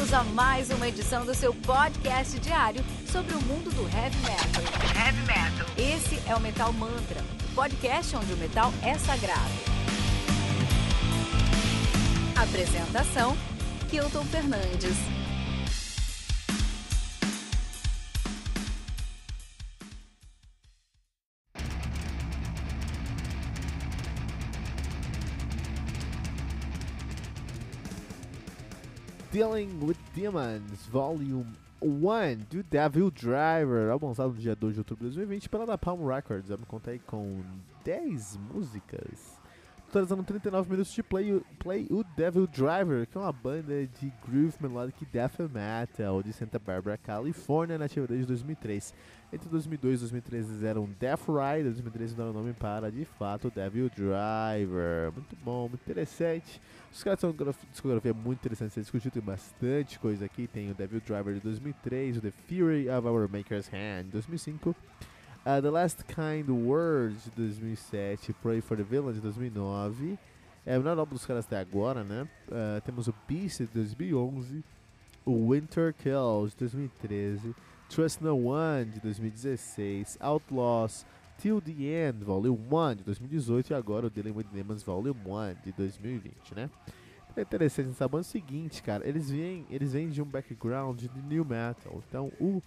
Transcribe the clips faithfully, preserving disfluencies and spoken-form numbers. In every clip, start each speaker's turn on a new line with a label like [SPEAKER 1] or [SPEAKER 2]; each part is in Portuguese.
[SPEAKER 1] Bem-vindos a mais uma edição do seu podcast diário sobre o mundo do heavy metal. Heavy metal. Esse é o Metal Mantra, o podcast onde o metal é sagrado. Apresentação: Kilton Fernandes.
[SPEAKER 2] Dealing with Demons, Volume um do Devil Driver, álbum lançado no dia dois de outubro de dois mil e vinte pela Napalm Records. Eu me contei com dez músicas, totalizando trinta e nove minutos de play, play o Devil Driver, que é uma banda de groove melodic death metal de Santa Barbara, Califórnia, nativa desde dois mil e três. Entre dois mil e dois e dois mil e treze eles eram Death Ride, dois mil e treze deram o nome para, de fato, Devil Driver. Muito bom, muito interessante. Os caras são uma discografia muito interessante, você discutiu, tem bastante coisa aqui. Tem o Devil Driver de dois mil e três, o The Fury of Our Maker's Hand de dois mil e cinco, uh, The Last Kind Word de dois mil e sete, Pray for the Villain de dois mil e nove. É o melhor álbum dos caras até agora, né? Uh, temos o Beast de dois mil e onze, o Winter Kills de dois mil e treze, Trust No One de dois mil e dezesseis, Outlaws Till the End Volume um de dois mil e dezoito e agora o Dealing with Demons Volume um de dois mil e vinte, né? É interessante nessa banda o seguinte, cara, eles vêm, eles vêm de um background de new metal. Então o uh,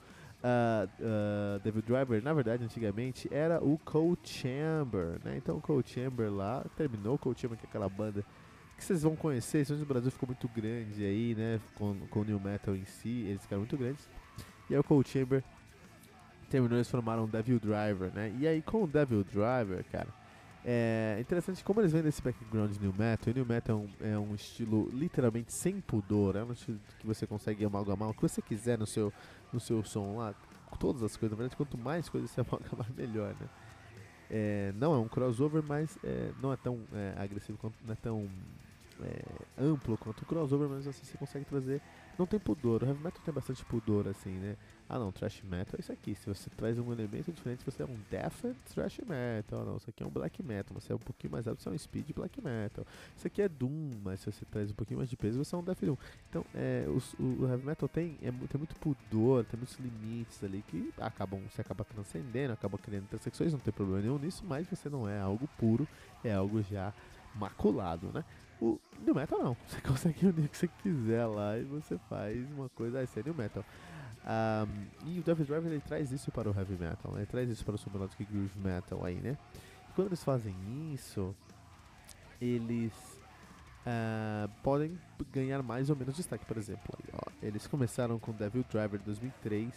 [SPEAKER 2] uh, Devil Driver, na verdade, antigamente era o Cold Chamber, né? Então o Cold Chamber lá terminou, o Cold Chamber, que é aquela banda que vocês vão conhecer, se o Brasil ficou muito grande aí, né? Com, com o new metal em si, eles ficaram muito grandes. E aí o Cold Chamber terminou, eles formaram o Devil Driver, né? E aí com o Devil Driver, cara, é interessante como eles vêm desse background de new metal. E new metal é um, é um estilo literalmente sem pudor, é um estilo que você consegue amalgamar o que você quiser no seu, no seu som lá, todas as coisas. Na verdade, quanto mais coisas você amalgamar, melhor, né? É, não é um crossover, mas é, não é tão é, agressivo quanto, não é tão é, amplo quanto o crossover, mas assim você consegue trazer. Não tem pudor, o heavy metal tem bastante pudor, assim, né? Ah não, thrash metal é isso aqui. Se você traz um elemento diferente, você é um death and thrash metal. Não, isso aqui é um black metal. Você é um pouquinho mais alto, você é um speed black metal. Isso aqui é doom, mas se você traz um pouquinho mais de peso, você é um death doom. Então, é, os, o, o heavy metal tem, é, tem muito pudor, tem muitos limites ali que acabam, você acaba transcendendo, acaba criando intersecções, não tem problema nenhum nisso, mas você não é algo puro, é algo já maculado, né? O new metal não, você consegue unir o que você quiser lá e você faz uma coisa, ah, isso é new metal. Um, e o Devil Driver, ele traz isso para o heavy metal, né? Ele traz isso para o submelodic groove metal aí, né? E quando eles fazem isso, eles uh, podem ganhar mais ou menos destaque. Por exemplo, aí, ó, eles começaram com Devil Driver de dois mil e três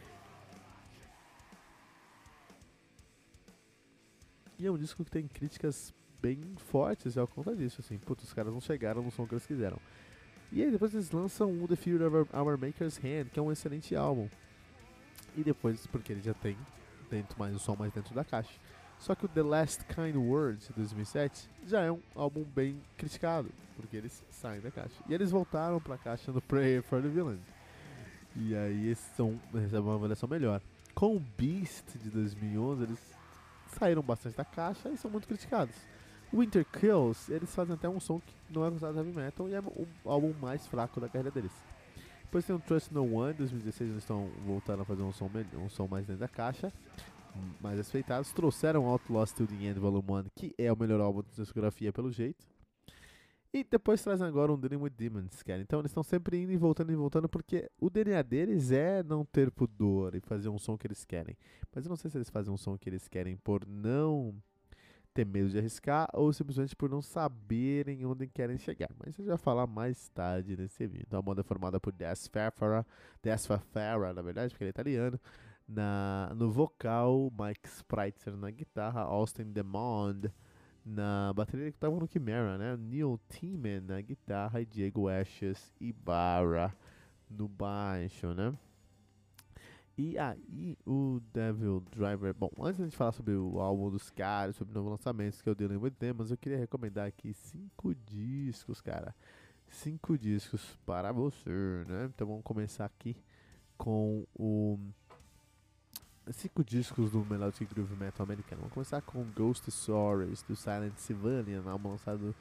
[SPEAKER 2] e é um disco que tem críticas bem fortes ao conta disso, assim, putz, os caras não chegaram no som que eles quiseram. E aí depois eles lançam o The Fury of Our Maker's Hand, que é um excelente álbum. E depois, porque ele já tem dentro mais o som mais dentro da caixa. Só que o The Last Kind Word de dois mil e sete já é um álbum bem criticado, porque eles saem da caixa. E eles voltaram pra caixa no Prayer for the Villain. E aí esses são, recebem uma avaliação melhor. Com o Beast de dois mil e onze, eles saíram bastante da caixa e são muito criticados. Winter Kills, eles fazem até um som que não é considerado heavy metal e é o álbum mais fraco da carreira deles. Depois tem o Trust No One, em dois mil e dezesseis eles estão voltando a fazer um som, um som mais dentro da caixa, mais respeitados. Trouxeram Outlaws Till the End Volume um, que é o melhor álbum de discografia pelo jeito. E depois trazem agora um Dealing with Demons, cara. Então eles estão sempre indo e voltando e voltando, porque o D N A deles é não ter pudor e fazer um som que eles querem. Mas eu não sei se eles fazem um som que eles querem por não ter medo de arriscar ou simplesmente por não saberem onde querem chegar. Mas eu já vou falar mais tarde nesse vídeo. Então a banda é formada por Des Fafara, Des Fafara, na verdade, porque ele é italiano. Na, no vocal, Mike Spreitzer na guitarra, Austin Demond na bateria, que tava no Chimera, né? Neil Tiemann na guitarra e Diego Ashes Ibarra no baixo, né? E aí, o Devil Driver... Bom, antes de a gente falar sobre o álbum dos caras, sobre novos lançamentos, que é o Dealing with Demons, eu queria recomendar aqui cinco discos, cara. Cinco discos para você, né? Então vamos começar aqui com o... Cinco discos do Melodic Groove Metal americano. Vamos começar com Ghost Stories, do Silent Sylvanian, álbum lançado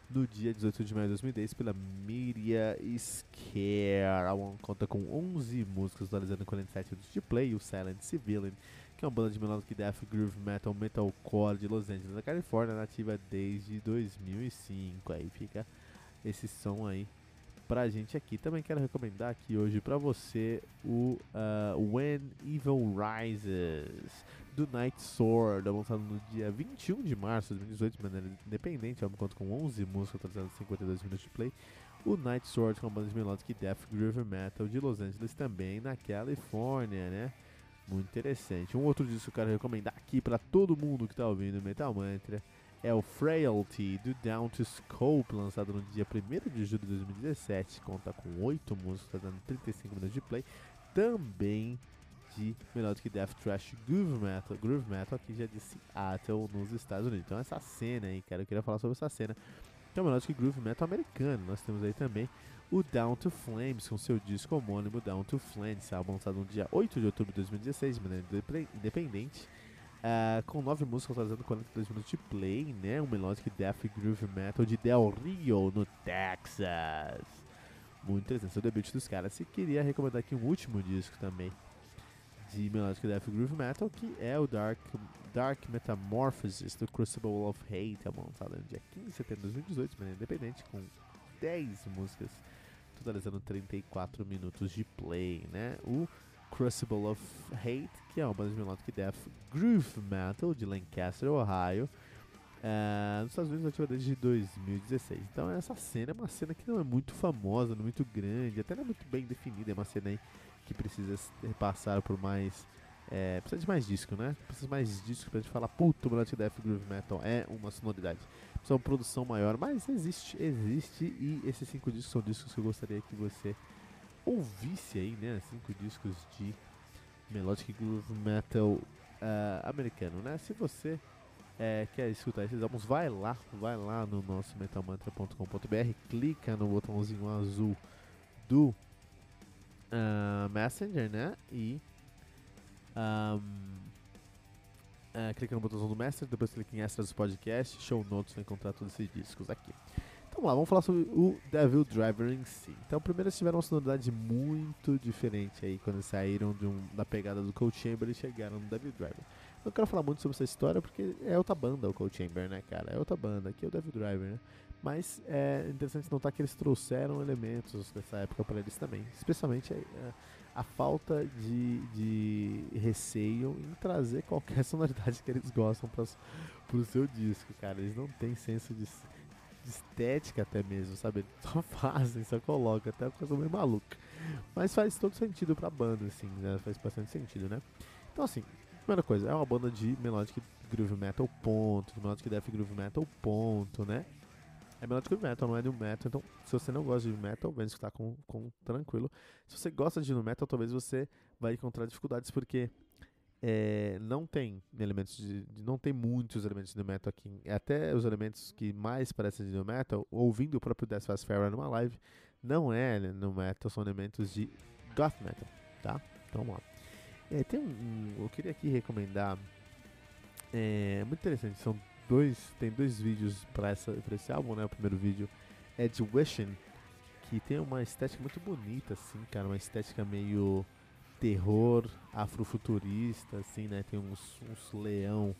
[SPEAKER 2] no dia dezoito de maio de dois mil e dez pela Media Scare. A One conta com onze músicas, totalizando quarenta e sete minutos de play. O Silent Civilian, que é uma banda de melodic death groove metal metalcore de Los Angeles, na Califórnia, nativa desde dois mil e cinco. Aí fica esse som aí pra gente aqui. Também quero recomendar aqui hoje pra você o uh, When Evil Rises, do Night Sword, lançado no dia vinte e um de março de dois mil e dezoito de maneira independente. Eu me conto com onze músicas, totalizando cinquenta e dois minutos de play. O Night Sword, que é uma banda de melodic death groove metal de Los Angeles, também na Califórnia, né? Muito interessante. Um outro disco que eu quero recomendar aqui pra todo mundo que tá ouvindo Metal Mantra é o Frailty, do Down to Scope, lançado no dia primeiro de julho de dois mil e dezessete. Conta com oito músicas, dando trinta e cinco minutos de play. Também de melodic death thrash groove metal, groove metal aqui já de Seattle, nos Estados Unidos. Então essa cena aí, cara, eu queria falar sobre essa cena, que é o melodic groove metal americano. Nós temos aí também o Down to Flames, com seu disco homônimo Down to Flames, álbum lançado no dia oito de outubro de dois mil e dezesseis, de maneira independente, uh, com nove músicas, totalizando quarenta e dois minutos de play, né? Um melodic death groove metal de Del Rio, no Texas. Muito interessante, seu debut dos caras. Se queria recomendar aqui um último disco também de melodic death groove metal, que é o Dark, Dark Metamorphosis, do Crucible of Hate, álbum lançado no dia quinze de setembro de dois mil e dezoito, de maneira independente, com dez músicas, totalizando trinta e quatro minutos de play, né? O Crucible of Hate, que é uma banda de melodic death groove metal de Lancaster, Ohio, uh, nos Estados Unidos, ativa desde dois mil e dezesseis. Então essa cena é uma cena que não é muito famosa, não é muito grande, até não é muito bem definida, é uma cena aí que precisa passar por mais... É, precisa de mais disco, né? Precisa de mais disco pra gente falar, puto, o melodic death groove metal é uma sonoridade. Precisa de uma produção maior, mas existe, existe, e esses cinco discos são discos que eu gostaria que você ouvisse aí, né? Cinco discos de melodic groove metal uh, americano, né? Se você uh, quer escutar esses álbuns, vai lá, vai lá no nosso metal mantra ponto com ponto b r, clica no botãozinho azul do uh, Messenger, né? E Um, uh, clica no botãozão do Messenger, depois clica em extras do podcast, show notes, vai encontrar todos esses discos aqui. Então vamos lá, vamos falar sobre o Devil Driver em si. Então primeiro eles tiveram uma sonoridade muito diferente aí quando eles saíram de um, da pegada do Cold Chamber e chegaram no Devil Driver. Não quero falar muito sobre essa história porque é outra banda o Cold Chamber, né, cara? É outra banda, aqui é o Devil Driver, né? Mas é interessante notar que eles trouxeram elementos dessa época para eles também, especialmente a, a, a falta de, de receio em trazer qualquer sonoridade que eles gostam para o seu disco, cara. Eles não têm senso de, de estética até mesmo, sabe? Eles só fazem, só colocam, até uma coisa meio maluca. Mas faz todo sentido pra banda, assim, né? Faz bastante sentido, né? Então, assim, primeira coisa, é uma banda de melodic groove metal, ponto. De melodic death groove metal, ponto, né? É melodic groove metal, não é new metal. Então, se você não gosta de metal, vem escutar com, com tranquilo. Se você gosta de new metal, talvez você vai encontrar dificuldades, porque é, não tem elementos de, de, não tem muitos elementos de new metal aqui. Até os elementos que mais parecem de new metal, ouvindo o próprio Death Fast Farewell numa live, não é new metal, são elementos de goth metal, tá? Então vamos lá. É, tem um, um, eu queria aqui recomendar, é muito interessante, são dois, tem dois vídeos para esse álbum, né? O primeiro vídeo é de Wishing, que tem uma estética muito bonita, assim, cara, uma estética meio terror afrofuturista, assim, né? Tem uns, uns leão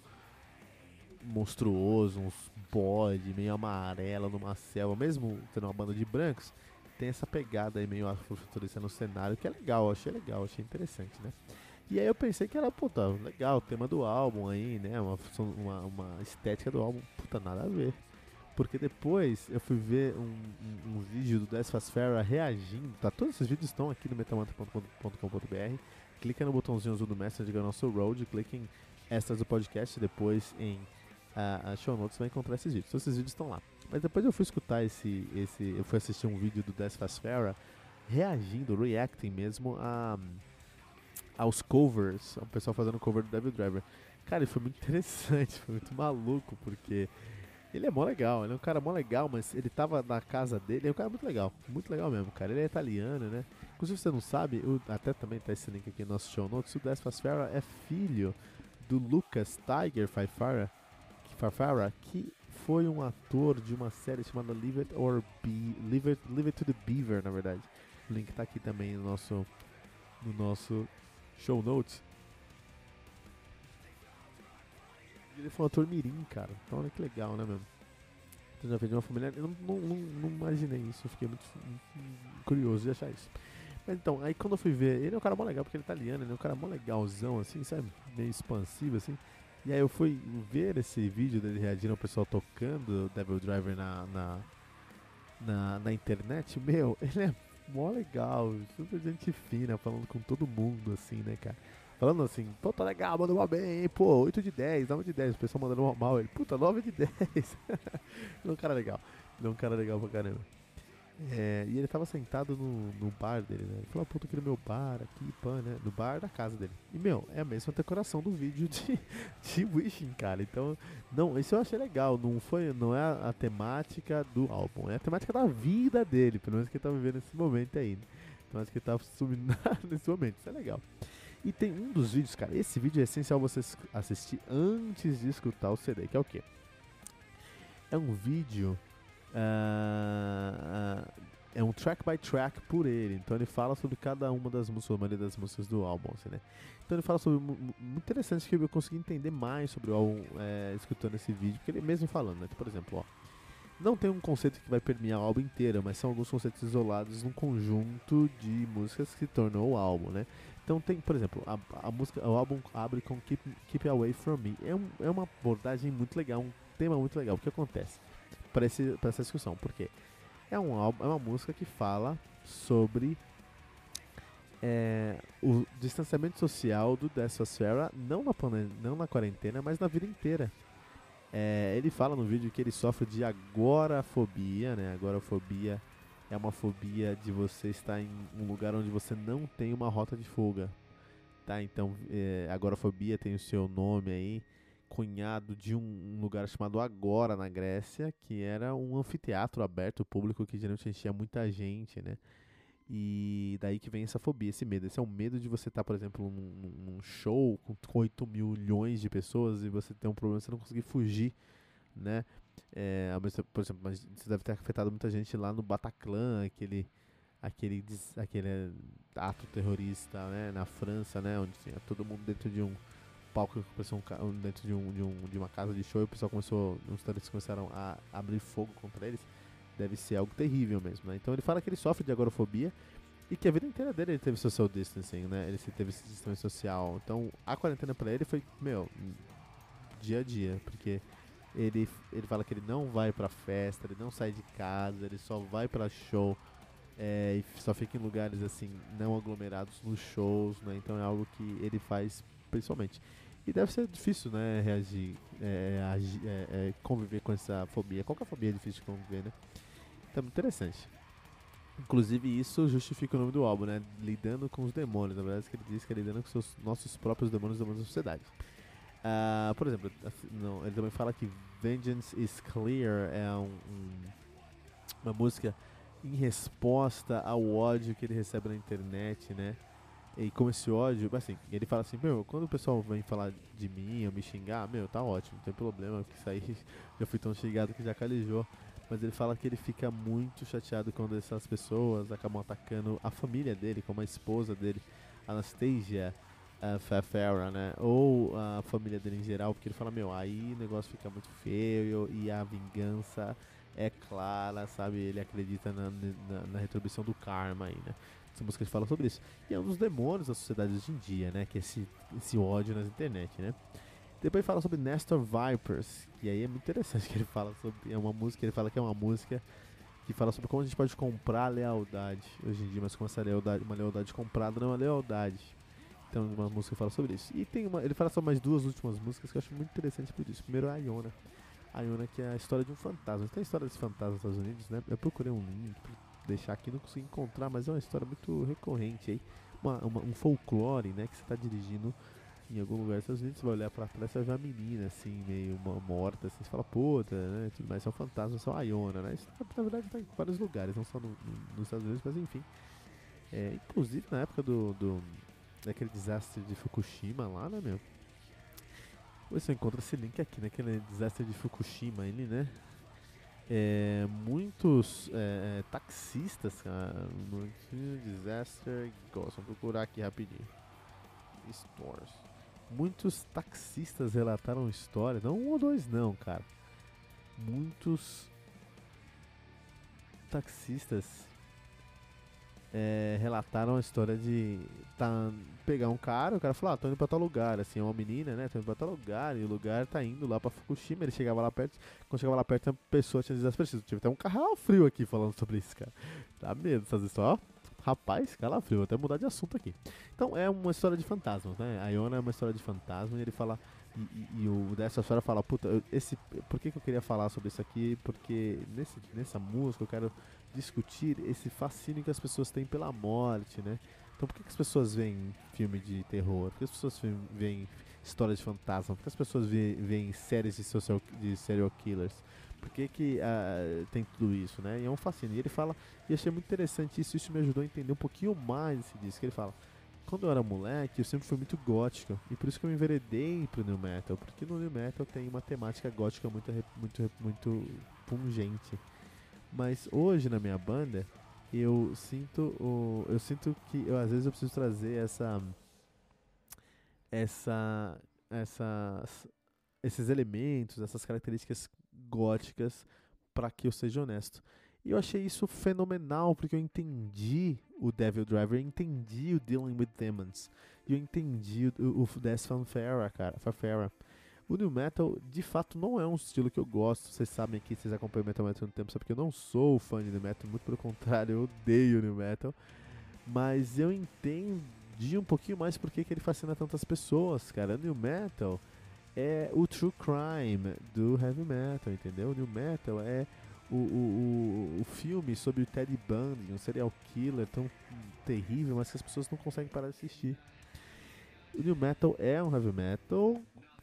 [SPEAKER 2] monstruoso, uns bode meio amarelo numa selva, mesmo tendo uma banda de brancos, tem essa pegada aí meio afrofuturista no cenário, que é legal, achei legal, achei interessante, né? E aí eu pensei que era, puta, legal, o tema do álbum aí, né, uma, uma, uma estética do álbum, puta, nada a ver. Porque depois eu fui ver um, um, um vídeo do Death Fast Farewell reagindo, tá? Todos esses vídeos estão aqui no metal mantra ponto com ponto b r. Clica no botãozinho azul do Messenger, que é o nosso road, clica em extras do podcast, depois em uh, a show notes, vai encontrar esses vídeos. Todos esses vídeos estão lá. Mas depois eu fui escutar esse, esse, eu fui assistir um vídeo do Death Fast Farewell reagindo, reacting mesmo a... aos covers, o pessoal fazendo cover do Devil Driver. Cara, e foi muito interessante, foi muito maluco, porque ele é mó legal, ele é um cara mó legal, mas ele tava na casa dele, ele é um cara muito legal, muito legal mesmo, cara. Ele é italiano, né? Inclusive, você não sabe, eu, até também tá esse link aqui no nosso show notes, o Death Fast Farewell é filho do Lucas Tiger Farfara, que, Farfara, que foi um ator de uma série chamada Leave It or Be, Leave It, Leave It to the Beaver, na verdade. O link tá aqui também no nosso, no nosso show notes. Ele foi um ator mirim, cara. Então olha que legal, né, meu? Então já veio de uma família... Eu não, não, não, não imaginei isso, eu fiquei muito, muito curioso de achar isso. Mas então, aí quando eu fui ver... Ele é um cara mó legal, porque ele é italiano, ele é um cara mó legalzão, assim, sabe? Meio expansivo, assim. E aí eu fui ver esse vídeo dele reagindo ao pessoal tocando Devil Driver na, na, na, na internet. Meu, ele é mó legal, super gente fina, falando com todo mundo, assim, né, cara? Falando assim, pô, tá legal, mandou mal bem, hein? Pô, oito de dez, nove de dez, o pessoal mandando mal, mal ele, puta, nove de dez. Ele é um cara legal, ele é um cara legal pra caramba. É, e ele tava sentado no, no bar dele, né? Ele falou, puta, aqui no meu bar, aqui, pã, né? No bar da casa dele. E, meu, é a mesma decoração do vídeo de, de Wishing, cara. Então, não, isso eu achei legal. Não, foi, não é a, a temática do álbum, é a temática da vida dele, pelo menos que ele tá vivendo nesse momento aí. Né? Pelo menos que ele tá subindo nesse momento, isso é legal. E tem um dos vídeos, cara, esse vídeo é essencial você assistir antes de escutar o C D, que é o quê? É um vídeo, uh, uh, é um track by track por ele, então ele fala sobre cada uma das músicas, a maioria das músicas do álbum, assim, né? Então ele fala sobre, muito interessante que eu consegui entender mais sobre o álbum é, escutando esse vídeo, porque ele mesmo falando, né? Então, por exemplo, ó, não tem um conceito que vai permear o álbum inteiro, mas são alguns conceitos isolados num conjunto de músicas que tornou o álbum, né? Então tem, por exemplo, a, a música, o álbum abre com Keep, Keep Away From Me. É, um, é uma abordagem muito legal, um tema muito legal. O que acontece para essa discussão? Porque é, um álbum, é uma música que fala sobre é, o distanciamento social do Desfasfera, não na, não na quarentena, mas na vida inteira. É, ele fala no vídeo que ele sofre de agorafobia, né? Agorafobia é uma fobia de você estar em um lugar onde você não tem uma rota de fuga, tá? Então, é, agorafobia tem o seu nome aí, cunhado de um, um lugar chamado Agora, na Grécia, que era um anfiteatro aberto, público, que geralmente enchia muita gente, né? E daí que vem essa fobia, esse medo. Esse é o medo de você estar, por exemplo, num, num show com oito milhões de pessoas e você ter um problema, você não conseguir fugir, né? É, por exemplo, isso deve ter afetado muita gente lá no Bataclan, aquele, aquele, aquele ato terrorista, né, na França, né, onde tinha todo mundo dentro de um palco, dentro de, um, de, um, de uma casa de show, e o pessoal começou, os terroristas começaram a abrir fogo contra eles. Deve ser algo terrível mesmo, né? Então ele fala que ele sofre de agorafobia e que a vida inteira dele ele teve social distancing, né? Ele teve esse distanciamento social. Então a quarentena pra ele foi, meu, dia a dia, porque ele, ele fala que ele não vai pra festa, ele não sai de casa, ele só vai pra show é, e só fica em lugares assim, não aglomerados nos shows, né? Então é algo que ele faz principalmente. E deve ser difícil, né, reagir, é, agir, é, é, conviver com essa fobia. Qualquer fobia é difícil de conviver, né? Então, interessante. Inclusive, isso justifica o nome do álbum, né? Lidando com os demônios. Na verdade, que ele diz que é lidando com seus nossos próprios demônios, demônios da sociedade. Uh, por exemplo, não, ele também fala que Vengeance is Clear é um, um, uma música em resposta ao ódio que ele recebe na internet, né? E como esse ódio, assim, ele fala assim, meu, quando o pessoal vem falar de mim ou me xingar, meu, tá ótimo, não tem problema, porque isso aí já fui tão xingado que já calejou. Mas ele fala que ele fica muito chateado quando essas pessoas acabam atacando a família dele, como a esposa dele, Anastasia uh, Fafera, né? Ou a família dele em geral, porque ele fala, meu, aí o negócio fica muito feio e a vingança é clara, sabe? Ele acredita na, na, na retribuição do karma aí, né? Essa música fala sobre isso. E é um dos demônios da sociedade hoje em dia, né? Que é esse, esse ódio nas internet, né? Depois ele fala sobre Nestor Vipers, que aí é muito interessante que ele fala sobre, é uma música, ele fala que é uma música que fala sobre como a gente pode comprar lealdade hoje em dia, mas como essa lealdade, uma lealdade comprada não é uma lealdade. Então uma música que fala sobre isso. E tem uma, ele fala sobre mais duas últimas músicas que eu acho muito interessante por isso. Primeiro é a Iona. A Iona, que é a história de um fantasma. Tem a história desse fantasma nos Estados Unidos, né? Eu procurei um link pra deixar aqui, não consegui encontrar, mas é uma história muito recorrente aí. Uma, uma, um folclore, né? Que você tá dirigindo em algum lugar dos Estados Unidos, você vai olhar pra trás e vai ver uma menina assim, meio uma, morta, assim, você fala, puta, né, tudo mais, é um fantasma, só a Iona, né, isso na verdade tá em vários lugares, não só no, no, nos Estados Unidos, mas enfim, é, inclusive na época do, do, daquele desastre de Fukushima lá, né, meu, Depois você encontra esse link aqui, naquele desastre de Fukushima, ele, né? É, muitos é, taxistas, cara, no disaster, vamos procurar aqui rapidinho. Stores. Muitos taxistas relataram histórias, não um ou dois não, cara. Muitos taxistas é, relataram a história de tá, pegar um cara, o cara falou, ah, tô indo pra tal lugar, assim, é uma menina, né, tô indo pra tal lugar, e o lugar tá indo lá pra Fukushima, ele chegava lá perto, quando chegava lá perto, a pessoa tinha desaparecido. Tive até um carro frio aqui falando sobre isso, cara. Dá medo essas histórias, ó. Rapaz, calafrio, vou até mudar de assunto aqui. Então é uma história de fantasmas, né? A Iona é uma história de fantasmas e ele fala. E, e, e o dessa história fala, puta, eu, esse, por que, que eu queria falar sobre isso aqui? Porque nesse, nessa música eu quero discutir esse fascínio que as pessoas têm pela morte, né? Então por que, que as pessoas veem filme de terror? Por que as pessoas veem histórias de fantasma? Por que as pessoas veem, veem séries de, social, de serial killers? Por que, que uh, tem tudo isso, né? E é um fascínio. E ele fala, e achei muito interessante isso, isso me ajudou a entender um pouquinho mais esse disco. Ele fala, quando eu era moleque, eu sempre fui muito gótico, e por isso que eu me enveredei pro new metal, porque no new metal tem uma temática gótica muito, muito, muito pungente. Mas hoje na minha banda, eu sinto, o, eu sinto que eu, às vezes eu preciso trazer essa, essa, essas, esses elementos, essas características góticas para que eu seja honesto. E eu achei isso fenomenal, porque eu entendi o Devil Driver, eu entendi o Dealing with Demons, e eu entendi o, o Death Fanfare, cara, Fanfare. O New Metal, de fato, não é um estilo que eu gosto. Vocês sabem aqui, vocês acompanham o Metal Metal no tempo, sabe que eu não sou fã de New Metal, muito pelo contrário, eu odeio o New Metal. Mas eu entendi um pouquinho mais porque que ele fascina tantas pessoas, cara. O New Metal é o true crime do heavy metal, entendeu? O New Metal é o, o, o, o filme sobre o Ted Bundy, um serial killer tão terrível, mas que as pessoas não conseguem parar de assistir. O New Metal é um heavy metal,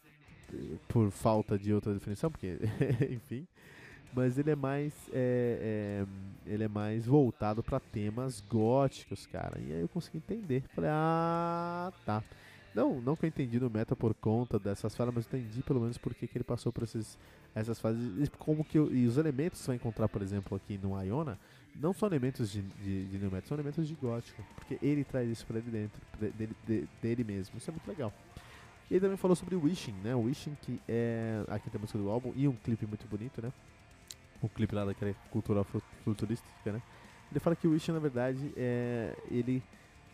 [SPEAKER 2] por falta de outra definição, porque, enfim, mas ele é mais é, é, ele é mais voltado para temas góticos, cara. E aí eu consegui entender. Falei, ah, tá. Não, não que eu entendi no metal por conta dessas falas, mas eu entendi pelo menos porque que ele passou por esses, essas fases. E, como que eu, e os elementos que você vai encontrar, por exemplo, aqui no Iona, não são elementos de, de, de new metal, são elementos de gótico. Porque ele traz isso pra ele dentro, dele, de, dele mesmo. Isso é muito legal. E ele também falou sobre Wishing, né? Wishing, que é aqui tem a música do álbum e um clipe muito bonito, né? Um clipe lá daquela cultura futurística, né? Ele fala que o Wishing, na verdade, é ele,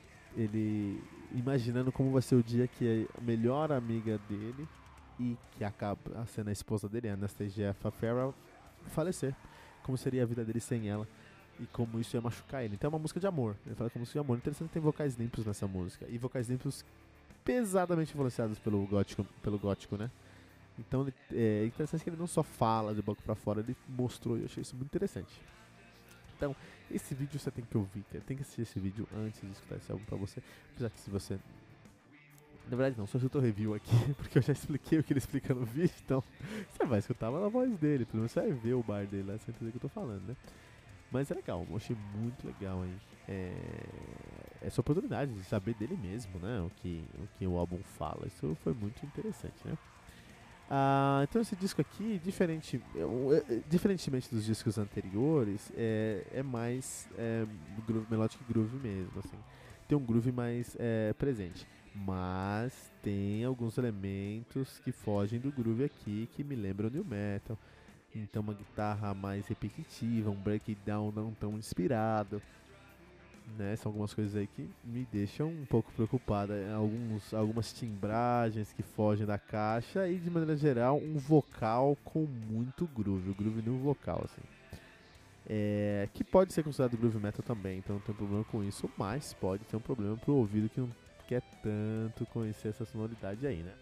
[SPEAKER 2] ele imaginando como vai ser o dia que a melhor amiga dele e que acaba sendo a esposa dele, a Anastasia Farrell, falecer. Como seria a vida dele sem ela e como isso ia machucar ele. Então é uma música de amor. Ele fala que é uma música de amor. Interessante, tem vocais limpos nessa música. E vocais limpos pesadamente influenciados pelo gótico, pelo gótico, né? Então é interessante que ele não só fala de boca pra fora, ele mostrou e eu achei isso muito interessante. Então, esse vídeo você tem que ouvir, cara. Tem que assistir esse vídeo antes de escutar esse álbum pra você. Apesar que se você... Na verdade não, só escuta o review aqui, porque eu já expliquei o que ele explica no vídeo, então você vai escutar na voz dele, pelo menos você vai ver o bar dele lá, você entender o que eu tô falando, né? Mas é legal, eu achei muito legal aí. É... essa oportunidade de saber dele mesmo, né? O que o, que o álbum fala. Isso foi muito interessante, né? Ah, então esse disco aqui, diferente, é, diferentemente dos discos anteriores, é, é mais é, groove, melodic groove mesmo, assim. Tem um groove mais é, presente. Mas tem alguns elementos que fogem do groove aqui, que me lembram New Metal. Então uma guitarra mais repetitiva, um breakdown não tão inspirado, né? São algumas coisas aí que me deixam um pouco preocupada. Alguns, algumas timbragens que fogem da caixa e de maneira geral um vocal com muito groove, o groove no vocal, assim. É, que pode ser considerado groove metal também, então não tem problema com isso, mas pode ter um problema pro ouvido que não quer tanto conhecer essa sonoridade aí, né?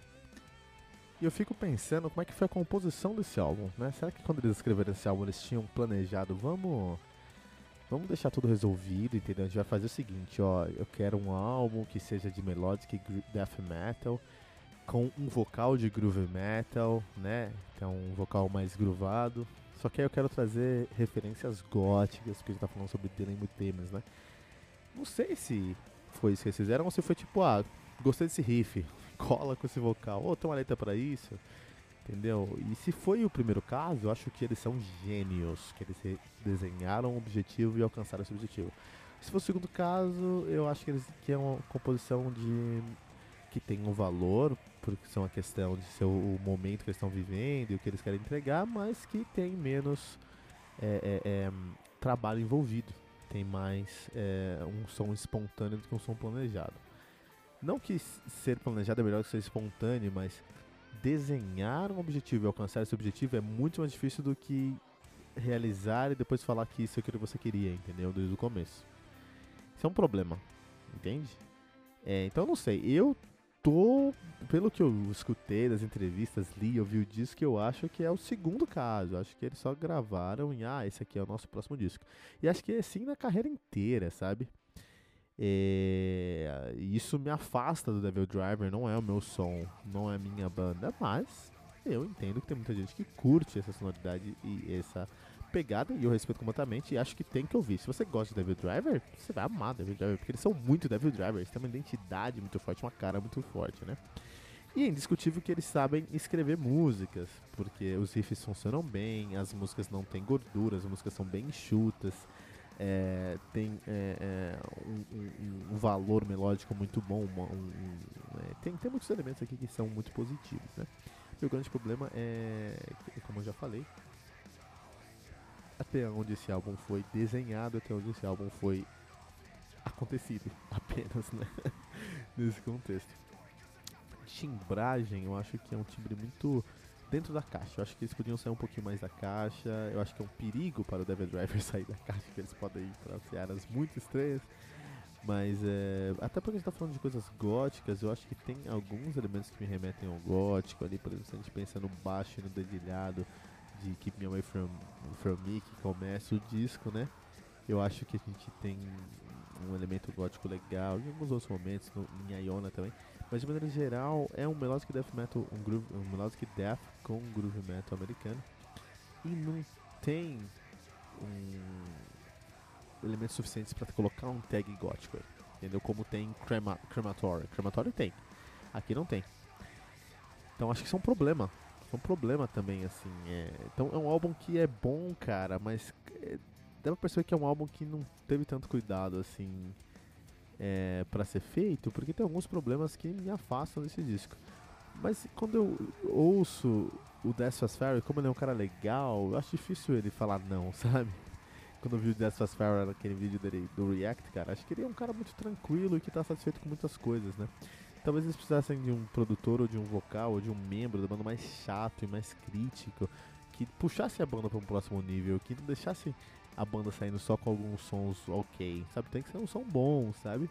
[SPEAKER 2] E eu fico pensando como é que foi a composição desse álbum, né? Será que quando eles escreveram esse álbum eles tinham planejado, vamos, vamos deixar tudo resolvido, entendeu? A gente vai fazer o seguinte, ó, eu quero um álbum que seja de melodic death metal, com um vocal de groove metal, né? Então um vocal mais groovado. Só que aí eu quero trazer referências góticas, porque a gente tá falando sobre Dealing with Demons, né? Não sei se foi isso que eles fizeram ou se foi tipo, ah, gostei desse riff, cola com esse vocal. Ou oh, tem uma letra pra isso, entendeu? E se foi o primeiro caso, eu acho que eles são gênios, que eles desenharam um objetivo e alcançaram esse objetivo. Se for o segundo caso, eu acho que eles que é uma composição de que tem um valor, porque são a questão de ser o momento que eles estão vivendo e o que eles querem entregar, mas que tem menos é, é, é, trabalho envolvido, tem mais é, um som espontâneo do que um som planejado. Não que ser planejado é melhor que ser espontâneo, mas desenhar um objetivo e alcançar esse objetivo é muito mais difícil do que realizar e depois falar que isso é aquilo que você queria, entendeu? Desde o começo. Isso é um problema, entende? É, então eu não sei, eu tô, pelo que eu escutei das entrevistas, li, ouvi o disco, eu acho que é o segundo caso. Eu acho que eles só gravaram e, ah, esse aqui é o nosso próximo disco. E acho que é assim na carreira inteira, sabe? É, isso me afasta do Devil Driver, não é o meu som, não é a minha banda, mas eu entendo que tem muita gente que curte essa sonoridade e essa pegada, e eu respeito completamente e acho que tem que ouvir. Se você gosta de Devil Driver, você vai amar Devil Driver, porque eles são muito Devil Driver, eles têm uma identidade muito forte, uma cara muito forte, né? E é indiscutível que eles sabem escrever músicas, porque os riffs funcionam bem, as músicas não têm gordura, as músicas são bem enxutas. É, tem é, é, um, um, um valor melódico muito bom, um, um, é, tem, tem muitos elementos aqui que são muito positivos, né? E o grande problema é, como eu já falei, até onde esse álbum foi desenhado, até onde esse álbum foi acontecido, apenas, né? Nesse contexto. Timbragem, eu acho que é um timbre muito dentro da caixa. Eu acho que eles podiam sair um pouquinho mais da caixa. Eu acho que é um perigo para o Devil Driver sair da caixa, que eles podem ir para searas muito estranhas. Mas é, até porque a gente tá falando de coisas góticas, eu acho que tem alguns elementos que me remetem ao gótico ali. Por exemplo, se a gente pensa no baixo e no dedilhado de Keep Me Away From, From Me, que começa o disco, né? Eu acho que a gente tem um elemento gótico legal, em alguns outros momentos, no, em Iona também. Mas de maneira geral, é um melodic death metal, um, groove, um melodic death com groove metal americano. E não tem um elementos suficientes para colocar um tag gótico, entendeu? Como tem crema, Crematory. Crematory tem, aqui não tem. Então acho que isso é um problema. Isso é um problema também, assim. É... Então é um álbum que é bom, cara, mas é... dá pra perceber que é um álbum que não teve tanto cuidado, assim... É, pra ser feito, porque tem alguns problemas que me afastam desse disco. Mas quando eu ouço o Death Fast Fairy, como ele é um cara legal, eu acho difícil ele falar não, sabe? Quando eu vi o Death Fast Fairy naquele vídeo dele do React, cara, acho que ele é um cara muito tranquilo e que tá satisfeito com muitas coisas, né? Talvez eles precisassem de um produtor ou de um vocal ou de um membro da banda mais chato e mais crítico, que puxasse a banda pra um próximo nível, que não deixasse a banda saindo só com alguns sons ok, sabe? Tem que ser um som bom, sabe?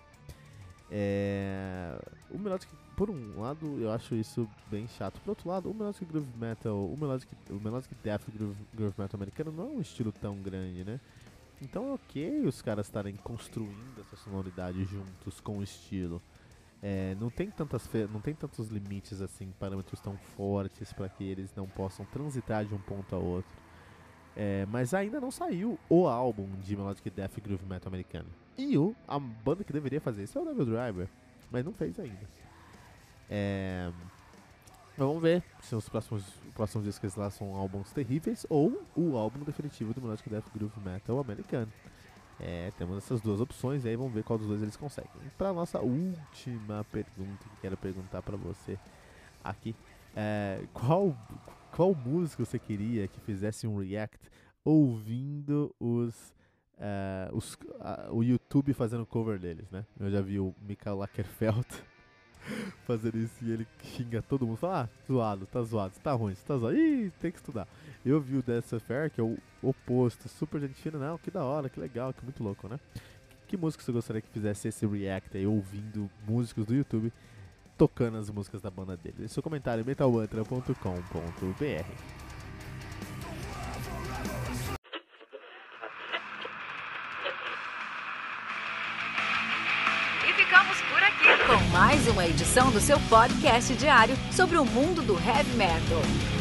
[SPEAKER 2] É... O Melodic, por um lado, eu acho isso bem chato. Por outro lado, o Melodic Groove Metal, o Melodic, o Melodic Death Groove, Groove Metal americano não é um estilo tão grande, né? Então é ok os caras estarem construindo essa sonoridade juntos com o estilo. É, não tem tantas fe- não tem tantos limites assim, parâmetros tão fortes para que eles não possam transitar de um ponto a outro. É, mas ainda não saiu o álbum de Melodic Death Groove Metal americano. E o, a banda que deveria fazer isso é o Devil Driver, mas não fez ainda. É, vamos ver se os próximos, próximos discos que eles lá são álbuns terríveis ou o álbum definitivo do Melodic Death Groove Metal americano. É, temos essas duas opções e aí vamos ver qual dos dois eles conseguem. E para nossa última pergunta que quero perguntar para você aqui, é, qual qual música você queria que fizesse um react ouvindo os, uh, os uh, o YouTube fazendo cover deles, né? Eu já vi o Michael Lagerfeld fazendo isso e ele xinga todo mundo, fala, ah, zoado, tá zoado, tá ruim, tá zoado, ih, tem que estudar. Eu vi o Death Affair, que é o oposto, super gente fina, não, que da hora, que legal, que muito louco, né? Que música você gostaria que fizesse esse react aí, ouvindo músicos do YouTube tocando as músicas da banda dele? Deixe seu comentário em metal mantra ponto com ponto b r.
[SPEAKER 1] E ficamos por aqui com mais uma edição do seu podcast diário sobre o mundo do heavy metal.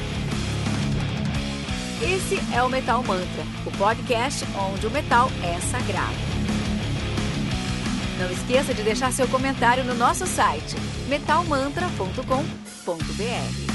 [SPEAKER 1] Esse é o Metal Mantra, o podcast onde o metal é sagrado. Não esqueça de deixar seu comentário no nosso site metal mantra ponto com ponto br.